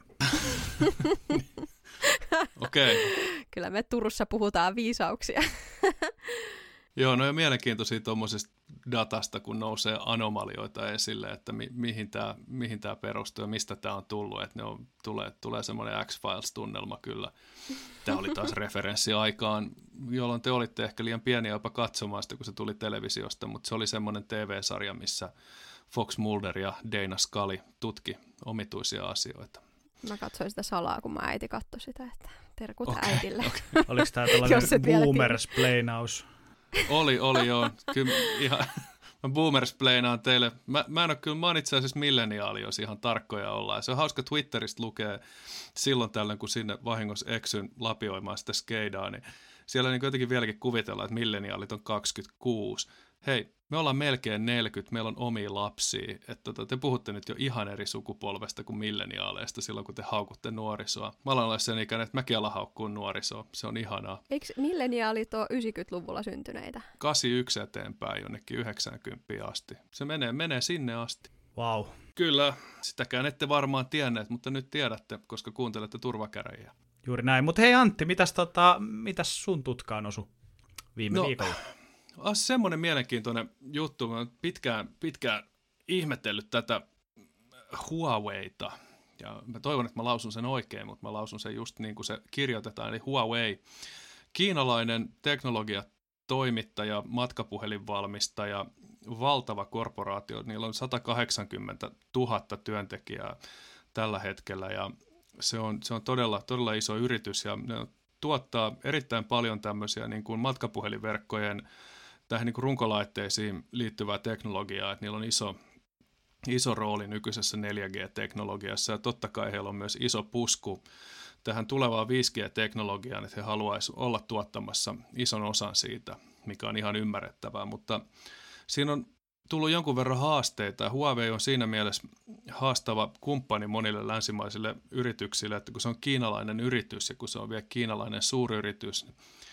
Okei. Kyllä me Turussa puhutaan viisauksia. Joo, no ja mielenkiintoisia tuommoisesta datasta, kun nousee anomalioita esille, että mihin tämä perustuu ja mistä tämä on tullut, että tulee semmoinen X-Files-tunnelma kyllä. Tämä oli taas referenssi aikaan, jolloin te olitte ehkä liian pieniä jopa katsomaan sitä, kun se tuli televisiosta, mutta se oli semmoinen TV-sarja, missä Fox Mulder ja Dana Scully tutki omituisia asioita. Mä katsoin sitä salaa, kun mä äiti katsoi sitä, että terkut äitille. Okay. Oliko tämä tällainen boomer-splainaus? Oli joo. Kyllä ihan, mä boomersplainaan teille. Mä en ole kyllä, mä oon itse asiassa milleniaali, jos ihan tarkkoja ollaan. Se on hauska Twitteristä lukea silloin tällöin, kun sinne vahingossa eksyn lapioimaan sitä skeidaa, niin siellä niin jotenkin vieläkin kuvitellaan, että milleniaalit on 26. Hei, me ollaan melkein 40, meillä on omia lapsia. Että te puhutte nyt jo ihan eri sukupolvesta kuin milleniaaleista silloin, kun te haukutte nuorisoa. Mä alan sen ikäinen, että mäkin alan haukkuun nuorisoa. Se on ihanaa. Eikö milleniaalit ole 90-luvulla syntyneitä? 81 eteenpäin jonnekin 90 asti. Se menee sinne asti. Wow. Kyllä, sitäkään ette varmaan tienneet, mutta nyt tiedätte, koska kuuntelette Turvakäräjiä. Juuri näin. Mutta hei Antti, mitäs sun tutkaan osui viime viikolla? Semmoinen mielenkiintoinen juttu. Mä oon pitkään ihmetellyt tätä Huaweita. Ja mä toivon, että mä lausun sen oikein, mutta mä lausun sen just niin kuin se kirjoitetaan. Eli Huawei, kiinalainen teknologiatoimittaja, matkapuhelinvalmistaja, valtava korporaatio. Niillä on 180 000 työntekijää tällä hetkellä ja se on todella iso yritys ja ne tuottaa erittäin paljon tämmöisiä niin kuin matkapuhelinverkkojen tähän niin kuin runkolaitteisiin liittyvää teknologiaa, että niillä on iso rooli nykyisessä 4G-teknologiassa ja totta kai heillä on myös iso pusku tähän tulevaan 5G-teknologiaan, että he haluaisivat olla tuottamassa ison osan siitä, mikä on ihan ymmärrettävää, mutta siinä on tullut jonkun verran haasteita. Huawei on siinä mielessä haastava kumppani monille länsimaisille yrityksille, että kun se on kiinalainen yritys ja kun se on vielä kiinalainen suuryritys,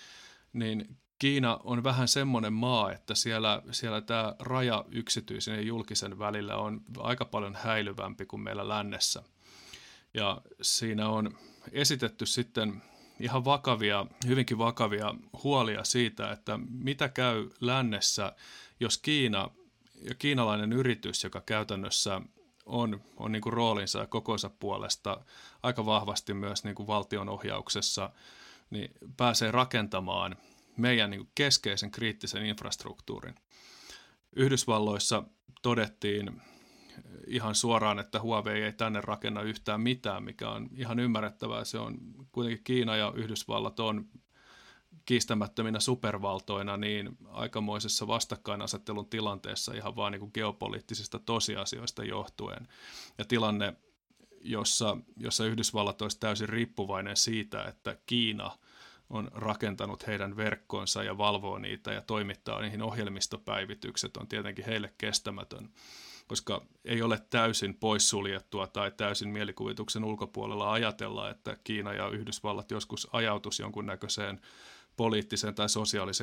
niin Kiina on vähän semmoinen maa, että siellä tämä raja yksityisen ja julkisen välillä on aika paljon häilyvämpi kuin meillä lännessä. Ja siinä on esitetty sitten ihan hyvinkin vakavia huolia siitä, että mitä käy lännessä, jos Kiina ja kiinalainen yritys, joka käytännössä on niin kuin roolinsa ja kokonsa puolesta aika vahvasti myös niin kuin valtion ohjauksessa, niin pääsee rakentamaan meidän niin kuin keskeisen kriittisen infrastruktuurin. Yhdysvalloissa todettiin ihan suoraan, että Huawei ei tänne rakenna yhtään mitään, mikä on ihan ymmärrettävää. Se on kuitenkin Kiina ja Yhdysvallat on kiistämättöminä supervaltoina niin aikamoisessa vastakkainasettelun tilanteessa ihan vaan niin kuin geopoliittisista tosiasioista johtuen. Ja tilanne, jossa Yhdysvallat olisi täysin riippuvainen siitä, että Kiina on rakentanut heidän verkkoonsa ja valvoo niitä ja toimittaa niihin ohjelmistopäivitykset, on tietenkin heille kestämätön, koska ei ole täysin poissuljettua tai täysin mielikuvituksen ulkopuolella ajatella, että Kiina ja Yhdysvallat joskus ajautuisi jonkunnäköiseen poliittiseen tai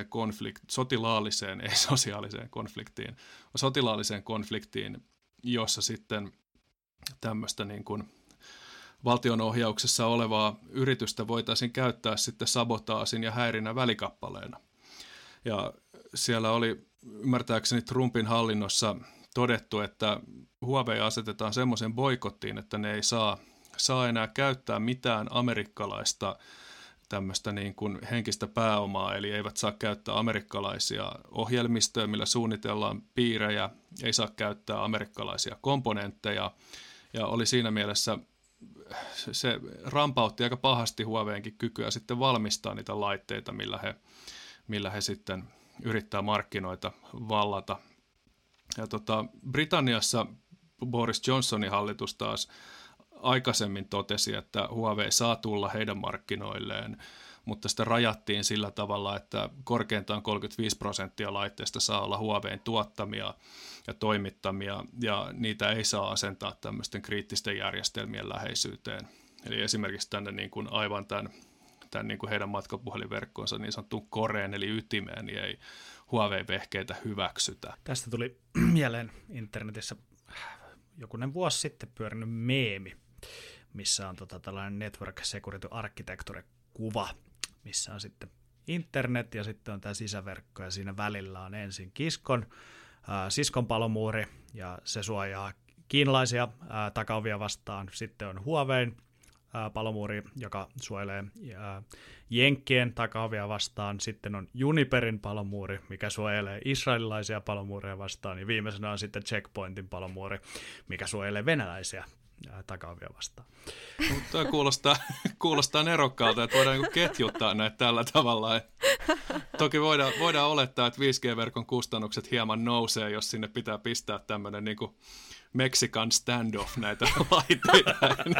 sotilaalliseen konfliktiin, jossa sitten tämmöistä niin kuin valtionohjauksessa olevaa yritystä voitaisiin käyttää sitten sabotaasin ja häirinnän välikappaleena. Ja siellä oli ymmärtääkseni Trumpin hallinnossa todettu, että Huawei asetetaan semmoisen boikottiin, että ne ei saa enää käyttää mitään amerikkalaista tämmöistä niin kuin henkistä pääomaa, eli eivät saa käyttää amerikkalaisia ohjelmistoja, millä suunnitellaan piirejä, ei saa käyttää amerikkalaisia komponentteja, ja oli siinä mielessä se rampautti aika pahasti Huaweinkin kykyä sitten valmistaa niitä laitteita, millä he sitten yrittää markkinoita vallata. Ja Britanniassa Boris Johnsonin hallitus taas aikaisemmin totesi, että Huawei saa tulla heidän markkinoilleen, mutta sitä rajattiin sillä tavalla, että korkeintaan 35% laitteista saa olla Huawein tuottamia ja toimittamia, ja niitä ei saa asentaa tämmöisten kriittisten järjestelmien läheisyyteen. Eli esimerkiksi tänne niin kuin aivan tämän niin kuin heidän matkapuhelinverkkoonsa niin sanottuun koreen eli ytimeen, niin ei Huawei-vehkeitä hyväksytä. Tästä tuli mieleen internetissä jokunen vuosi sitten pyörinyt meemi, missä on tällainen Network Security Architecture-kuva, missä on sitten internet ja sitten on tämä sisäverkko ja siinä välillä on ensin Ciscon palomuuri ja se suojaa kiinalaisia takaovia vastaan. Sitten on Huawein palomuuri, joka suojelee jenkkien takaovia vastaan. Sitten on Juniperin palomuuri, mikä suojelee israelilaisia palomuureja vastaan. Ja viimeisenä on sitten Checkpointin palomuuri, mikä suojelee venäläisiä takaovia vastaan. Mutta kuulostaa nerokkaalta, että voidaan ketjuttaa näitä tällä tavalla. Toki voidaan olettaa, että 5G-verkon kustannukset hieman nousee, jos sinne pitää pistää tämmöinen niin kuin Mexican standoff näitä laitteita.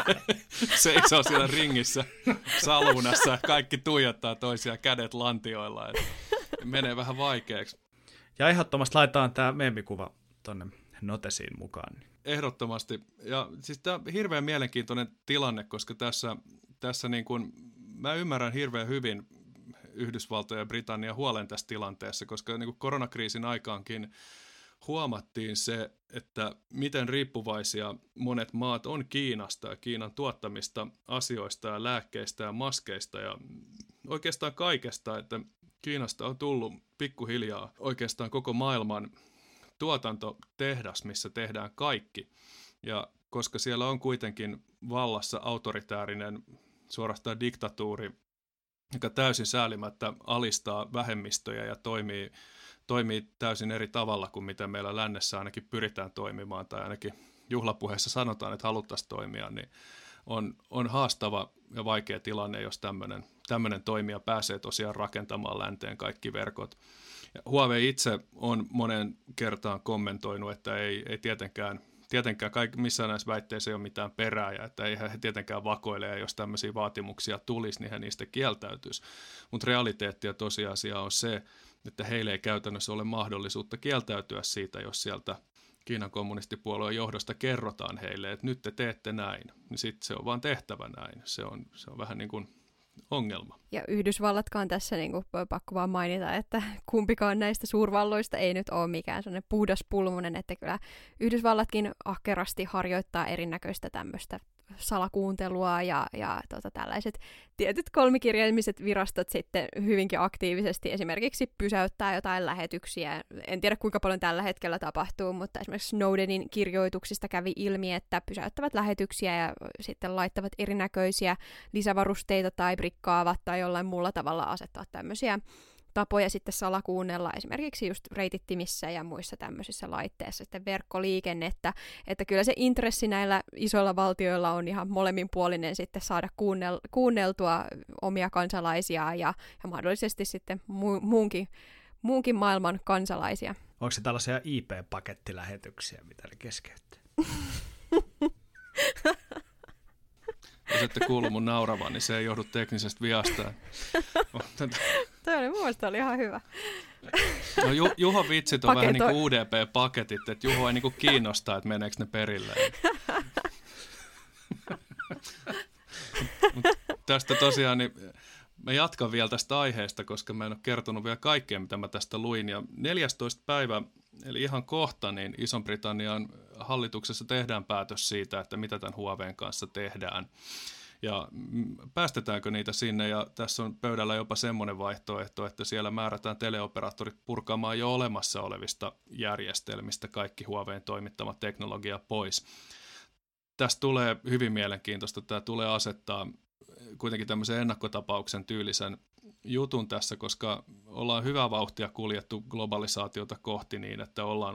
Seisoo siellä ringissä salunassa, kaikki tuijottaa toisia kädet lantioilla. Että menee vähän vaikeaksi. Ja ehdottomasti laitetaan tämä meemikuva tuonne notesiin mukaan. Ehdottomasti. Ja siis tämä on hirveän mielenkiintoinen tilanne, koska tässä niin kuin, mä ymmärrän hirveän hyvin Yhdysvaltojen ja Britannian huolen tässä tilanteessa, koska niin kuin koronakriisin aikaankin huomattiin se, että miten riippuvaisia monet maat on Kiinasta ja Kiinan tuottamista asioista ja lääkkeistä ja maskeista ja oikeastaan kaikesta, että Kiinasta on tullut pikkuhiljaa oikeastaan koko maailman tuotantotehdas, missä tehdään kaikki. Ja koska siellä on kuitenkin vallassa autoritäärinen suorastaan diktatuuri, joka täysin säälimättä alistaa vähemmistöjä ja toimii täysin eri tavalla kuin mitä meillä lännessä ainakin pyritään toimimaan, tai ainakin juhlapuheessa sanotaan, että haluttaisiin toimia, niin on haastava ja vaikea tilanne, jos tämmöinen toimija pääsee tosiaan rakentamaan länteen kaikki verkot. Ja Huawei itse on monen kertaan kommentoinut, että ei tietenkään missään näissä väitteissä ei ole mitään perää, ja että ei he tietenkään vakoile, ja jos tämmöisiä vaatimuksia tulisi, niin he niistä kieltäytyisi. Mutta realiteetti ja tosiasia on se, että heille ei käytännössä ole mahdollisuutta kieltäytyä siitä, jos sieltä Kiinan kommunistipuolueen johdosta kerrotaan heille, että nyt te teette näin, niin sitten se on vaan tehtävä näin. Se on vähän niin kuin ongelma. Ja Yhdysvallatkaan tässä niin kuin pakko vaan mainita, että kumpikaan näistä suurvalloista ei nyt ole mikään sellainen puhdas pulmunen, että kyllä Yhdysvallatkin ahkerasti harjoittaa erinäköistä tämmöistä salakuuntelua ja tällaiset tietyt kolmikirjaimiset virastot sitten hyvinkin aktiivisesti esimerkiksi pysäyttää jotain lähetyksiä. En tiedä kuinka paljon tällä hetkellä tapahtuu, mutta esimerkiksi Snowdenin kirjoituksista kävi ilmi, että pysäyttävät lähetyksiä ja sitten laittavat erinäköisiä lisävarusteita tai brikkaavat tai jollain muulla tavalla asettavat tämmöisiä tapoja sitten salakuunnella esimerkiksi just reitittimissä ja muissa tämmöisissä laitteissa sitten verkkoliikennettä, että kyllä se intressi näillä isoilla valtioilla on ihan molemminpuolinen sitten saada kuunneltua omia kansalaisia ja mahdollisesti sitten muunkin maailman kansalaisia. Onko se tällaisia IP-pakettilähetyksiä, mitä ne keskeyttää? Jos ette kuulu mun nauravan, niin se ei johdu teknisestä viasta. Toi oli mun mielestä oli ihan hyvä. No Juho vitsit on vähän niin kuin UDP-paketit, että Juho ei niin kuin kiinnostaa, että meneekö ne perille. Mut tästä tosiaan, niin mä jatkan vielä tästä aiheesta, koska mä en ole kertonut vielä kaikkea, mitä mä tästä luin. Ja 14. päivä, eli ihan kohta, niin Ison-Britannian hallituksessa tehdään päätös siitä, että mitä tämän Huaweiin kanssa tehdään. Ja päästetäänkö niitä sinne, ja tässä on pöydällä jopa semmoinen vaihtoehto, että siellä määrätään teleoperaattorit purkaamaan jo olemassa olevista järjestelmistä kaikki Huawein toimittama teknologia pois. Tästä tulee hyvin mielenkiintoista, tämä tulee asettaa kuitenkin tämmöisen ennakkotapauksen tyylisen jutun tässä, koska ollaan hyvää vauhtia kuljettu globalisaatiota kohti niin, että ollaan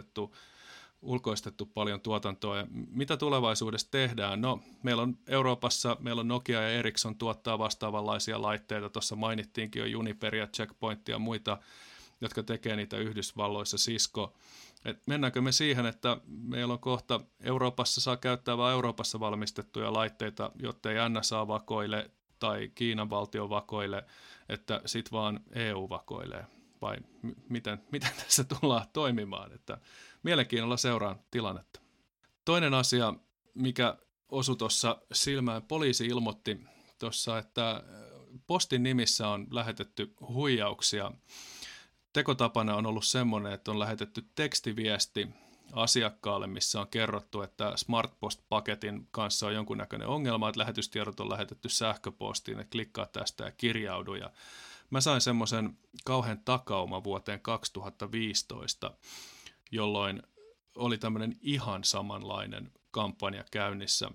ulkoistettu paljon tuotantoa. Ja mitä tulevaisuudessa tehdään? No, meillä on Euroopassa, meillä on Nokia ja Ericsson tuottaa vastaavanlaisia laitteita. Tuossa mainittiinkin jo Uniperia, Checkpointia ja muita, jotka tekee niitä Yhdysvalloissa, Cisco. Et mennäänkö me siihen, että meillä on kohta Euroopassa saa käyttää vain Euroopassa valmistettuja laitteita, jotta ei NSA vakoile tai Kiinan valtio vakoile, että sitten vaan EU vakoilee? Vai miten tässä tullaan toimimaan? Että mielenkiinnolla seuraan tilannetta. Toinen asia, mikä osui tuossa silmään, poliisi ilmoitti tuossa, että postin nimissä on lähetetty huijauksia. Tekotapana on ollut semmoinen, että on lähetetty tekstiviesti asiakkaalle, missä on kerrottu, että SmartPost-paketin kanssa on jonkunnäköinen ongelma, että lähetystiedot on lähetetty sähköpostiin, että klikkaa tästä ja kirjaudu. Ja mä sain semmoisen kauhean takauman vuoteen 2015, jolloin oli tämmöinen ihan samanlainen kampanja käynnissä,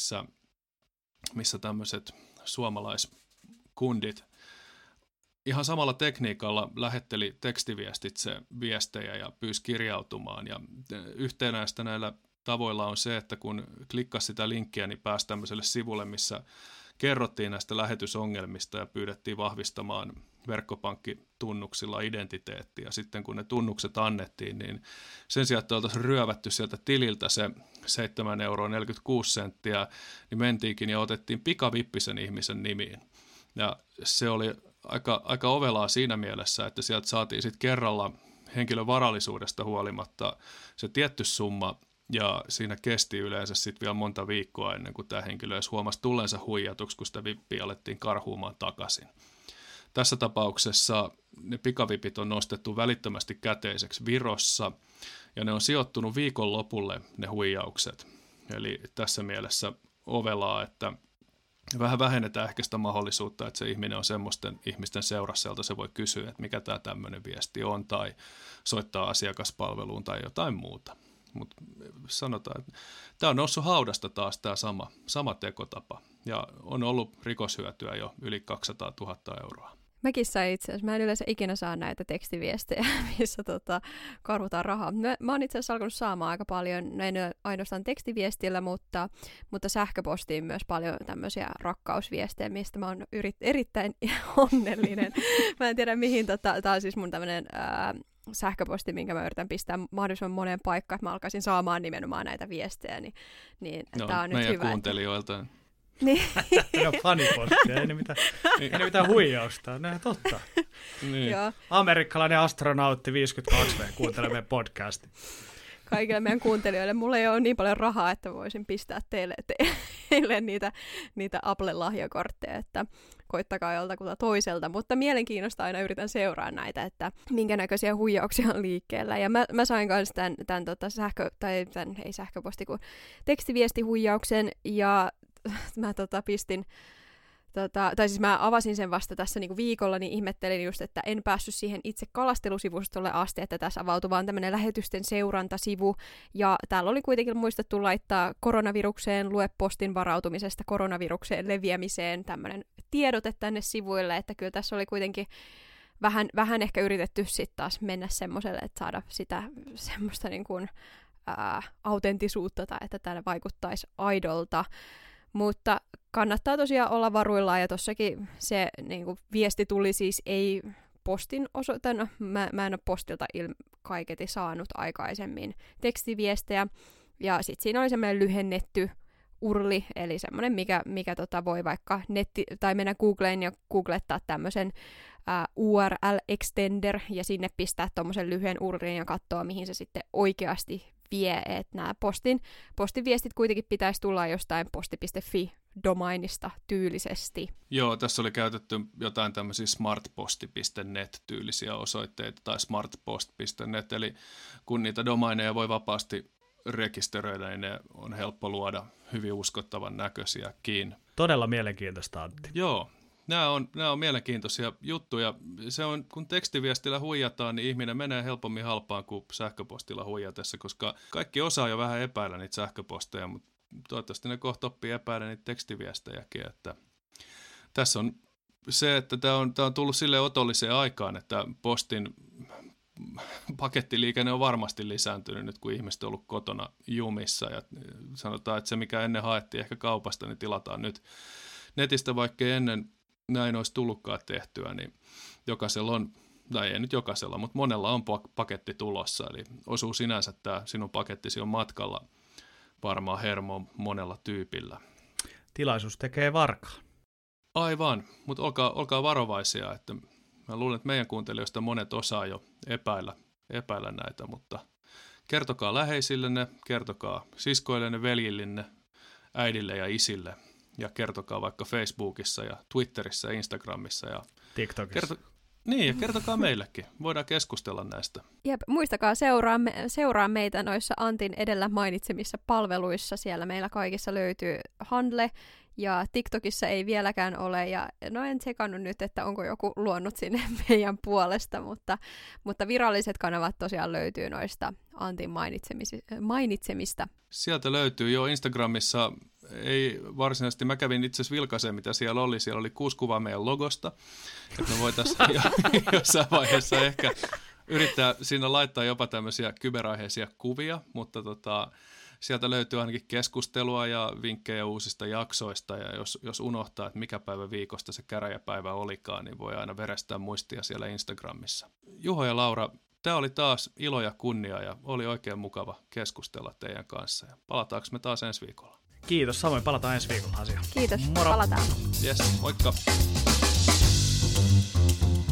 missä tämmöiset suomalaiskundit ihan samalla tekniikalla lähetteli tekstiviestitse viestejä ja pyysi kirjautumaan. Ja yhtenäistä näillä tavoilla on se, että kun klikkasi sitä linkkiä, niin pääsi tämmöiselle sivulle, missä kerrottiin näistä lähetysongelmista ja pyydettiin vahvistamaan verkkopankkitunnuksilla identiteettiä. Sitten kun ne tunnukset annettiin, niin sen sijaan, että oltaisiin ryövätty sieltä tililtä se 7,46 €, niin mentiinkin ja otettiin pikavippisen ihmisen nimiin. Ja se oli aika ovelaa siinä mielessä, että sieltä saatiin sitten kerralla henkilön varallisuudesta huolimatta se tietty summa, ja siinä kesti yleensä sitten vielä monta viikkoa ennen kuin tämä henkilö edes huomasi tulleensa huijatuksi, kun sitä vippiä alettiin karhuumaan takaisin. Tässä tapauksessa ne pikavipit on nostettu välittömästi käteiseksi Virossa, ja ne on sijoittunut viikonlopulle ne huijaukset. Eli tässä mielessä ovelaa, että vähän vähennetään ehkä sitä mahdollisuutta, että se ihminen on semmoisten ihmisten seurassa, jolta se voi kysyä, että mikä tämä tämmöinen viesti on, tai soittaa asiakaspalveluun tai jotain muuta. Mutta sanotaan, että tämä on noussut haudasta taas tämä sama tekotapa, ja on ollut rikoshyötyä jo yli 200 000 €. Mäkin sain itse asiassa. Mä en yleensä ikinä saa näitä tekstiviestejä, missä karhutaan rahaa. Mä oon itse asiassa alkanut saamaan aika paljon, en ainoastaan tekstiviestillä, mutta sähköpostiin myös paljon tämmöisiä rakkausviestejä, mistä mä oon erittäin onnellinen. Mä en tiedä mihin, tää on siis mun tämmönen sähköposti, minkä mä yritän pistää mahdollisimman moneen paikkaan, että mä alkaisin saamaan nimenomaan näitä viestejä, niin no, tää on nyt hyvä. Meidän kuuntelijoilta. Niin. No fanipostia, ei ne mitään huijausta, ne on totta. Niin. Amerikkalainen astronautti 52V kuuntelee meidän podcasti. Kaikille meidän kuuntelijoille. Mulla ei ole niin paljon rahaa, että voisin pistää teille niitä Apple-lahjakortteja, että koittakaa joltakuta toiselta. Mutta mielenkiinnosta aina yritän seuraa näitä, että minkä näköisiä huijauksia on liikkeellä. Ja mä sain myös tämän ei sähköposti, kun tekstiviestihuijauksen, ja mä pistin, mä avasin sen vasta tässä niinku viikolla, niin ihmettelin just, että en päässyt siihen itse kalastelusivustolle asti, että tässä avautui vaan tämmöinen lähetysten seurantasivu, ja täällä oli kuitenkin muistettu laittaa koronavirukseen, lue postin varautumisesta koronavirukseen leviämiseen, tämmöinen tiedote tänne sivuille, että kyllä tässä oli kuitenkin vähän ehkä yritetty sitten taas mennä semmoiselle, että saada sitä semmoista niin kuin, autenttisuutta tai että tämä vaikuttaisi aidolta. Mutta kannattaa tosiaan olla varuillaan, ja tossakin se niin kuin viesti tuli siis ei postin osoittanut. Mä en ole postilta kaiketi saanut aikaisemmin tekstiviestejä, ja sitten siinä oli semmoinen lyhennetty URLi, eli semmoinen, mikä voi vaikka tai mennä Googleen ja googlettaa tämmöisen URL-extender, ja sinne pistää tommosen lyhyen URLin ja katsoa, mihin se sitten oikeasti vie, että nämä postiviestit kuitenkin pitäisi tulla jostain posti.fi-domainista tyylisesti. Joo, tässä oli käytetty jotain tämmöisiä smartposti.net-tyylisiä osoitteita tai smartpost.net, eli kun niitä domaineja voi vapaasti rekisteröidä, niin ne on helppo luoda hyvin uskottavan näköisiäkin. Todella mielenkiintoista, Antti. Joo. Nämä on mielenkiintoisia juttuja. Se on, kun tekstiviestillä huijataan, niin ihminen menee helpommin halpaan kuin sähköpostilla huijatessa, koska kaikki osaa jo vähän epäillä niitä sähköposteja, mutta toivottavasti ne kohta oppii epäillä niitä tekstiviestejäkin. Että tässä on se, että tämä on tullut silleen otolliseen aikaan, että postin pakettiliikenne on varmasti lisääntynyt nyt, kun ihmiset on ollut kotona jumissa. Ja sanotaan, että se, mikä ennen haettiin ehkä kaupasta, niin tilataan nyt netistä, vaikkei ennen näin olisi tullutkaan tehtyä, niin jokaisella on, tai ei nyt jokaisella, mutta monella on paketti tulossa, eli osuu sinänsä tämä sinun pakettisi on matkalla varmaan hermo monella tyypillä. Tilaisuus tekee varkaa. Aivan, mutta olkaa varovaisia, että mä luulen, että meidän kuuntelijoista monet osaa jo epäillä näitä, mutta kertokaa läheisillenne, kertokaa siskoillenne, veljillenne, äidille ja isille. Ja kertokaa vaikka Facebookissa ja Twitterissä ja Instagramissa. Ja TikTokissa. Ja kertokaa meillekin. Voidaan keskustella näistä. Jep, muistakaa seuraa meitä noissa Antin edellä mainitsemissa palveluissa. Siellä meillä kaikissa löytyy handle, ja TikTokissa ei vieläkään ole. Ja no en tsekannut nyt, että onko joku luonut sinne meidän puolesta, mutta viralliset kanavat tosiaan löytyy noista Antin mainitsemista. Sieltä löytyy jo Instagramissa. Ei varsinaisesti, mä kävin itse asiassa vilkaisemaan, mitä siellä oli. Siellä oli 6 kuvaa meidän logosta, että me voitaisiin jossain vaiheessa ehkä yrittää siinä laittaa jopa tämmöisiä kyberaiheisia kuvia, mutta sieltä löytyy ainakin keskustelua ja vinkkejä uusista jaksoista, ja jos unohtaa, että mikä päivä viikosta se käräjäpäivä olikaan, niin voi aina verestää muistia siellä Instagramissa. Juho ja Laura, tämä oli taas ilo ja kunnia, ja oli oikein mukava keskustella teidän kanssa. Ja palataanko me taas ensi viikolla? Kiitos, samoin palataan ensi viikolla asiaan. Kiitos, Moro. palataan. Yes, moikka.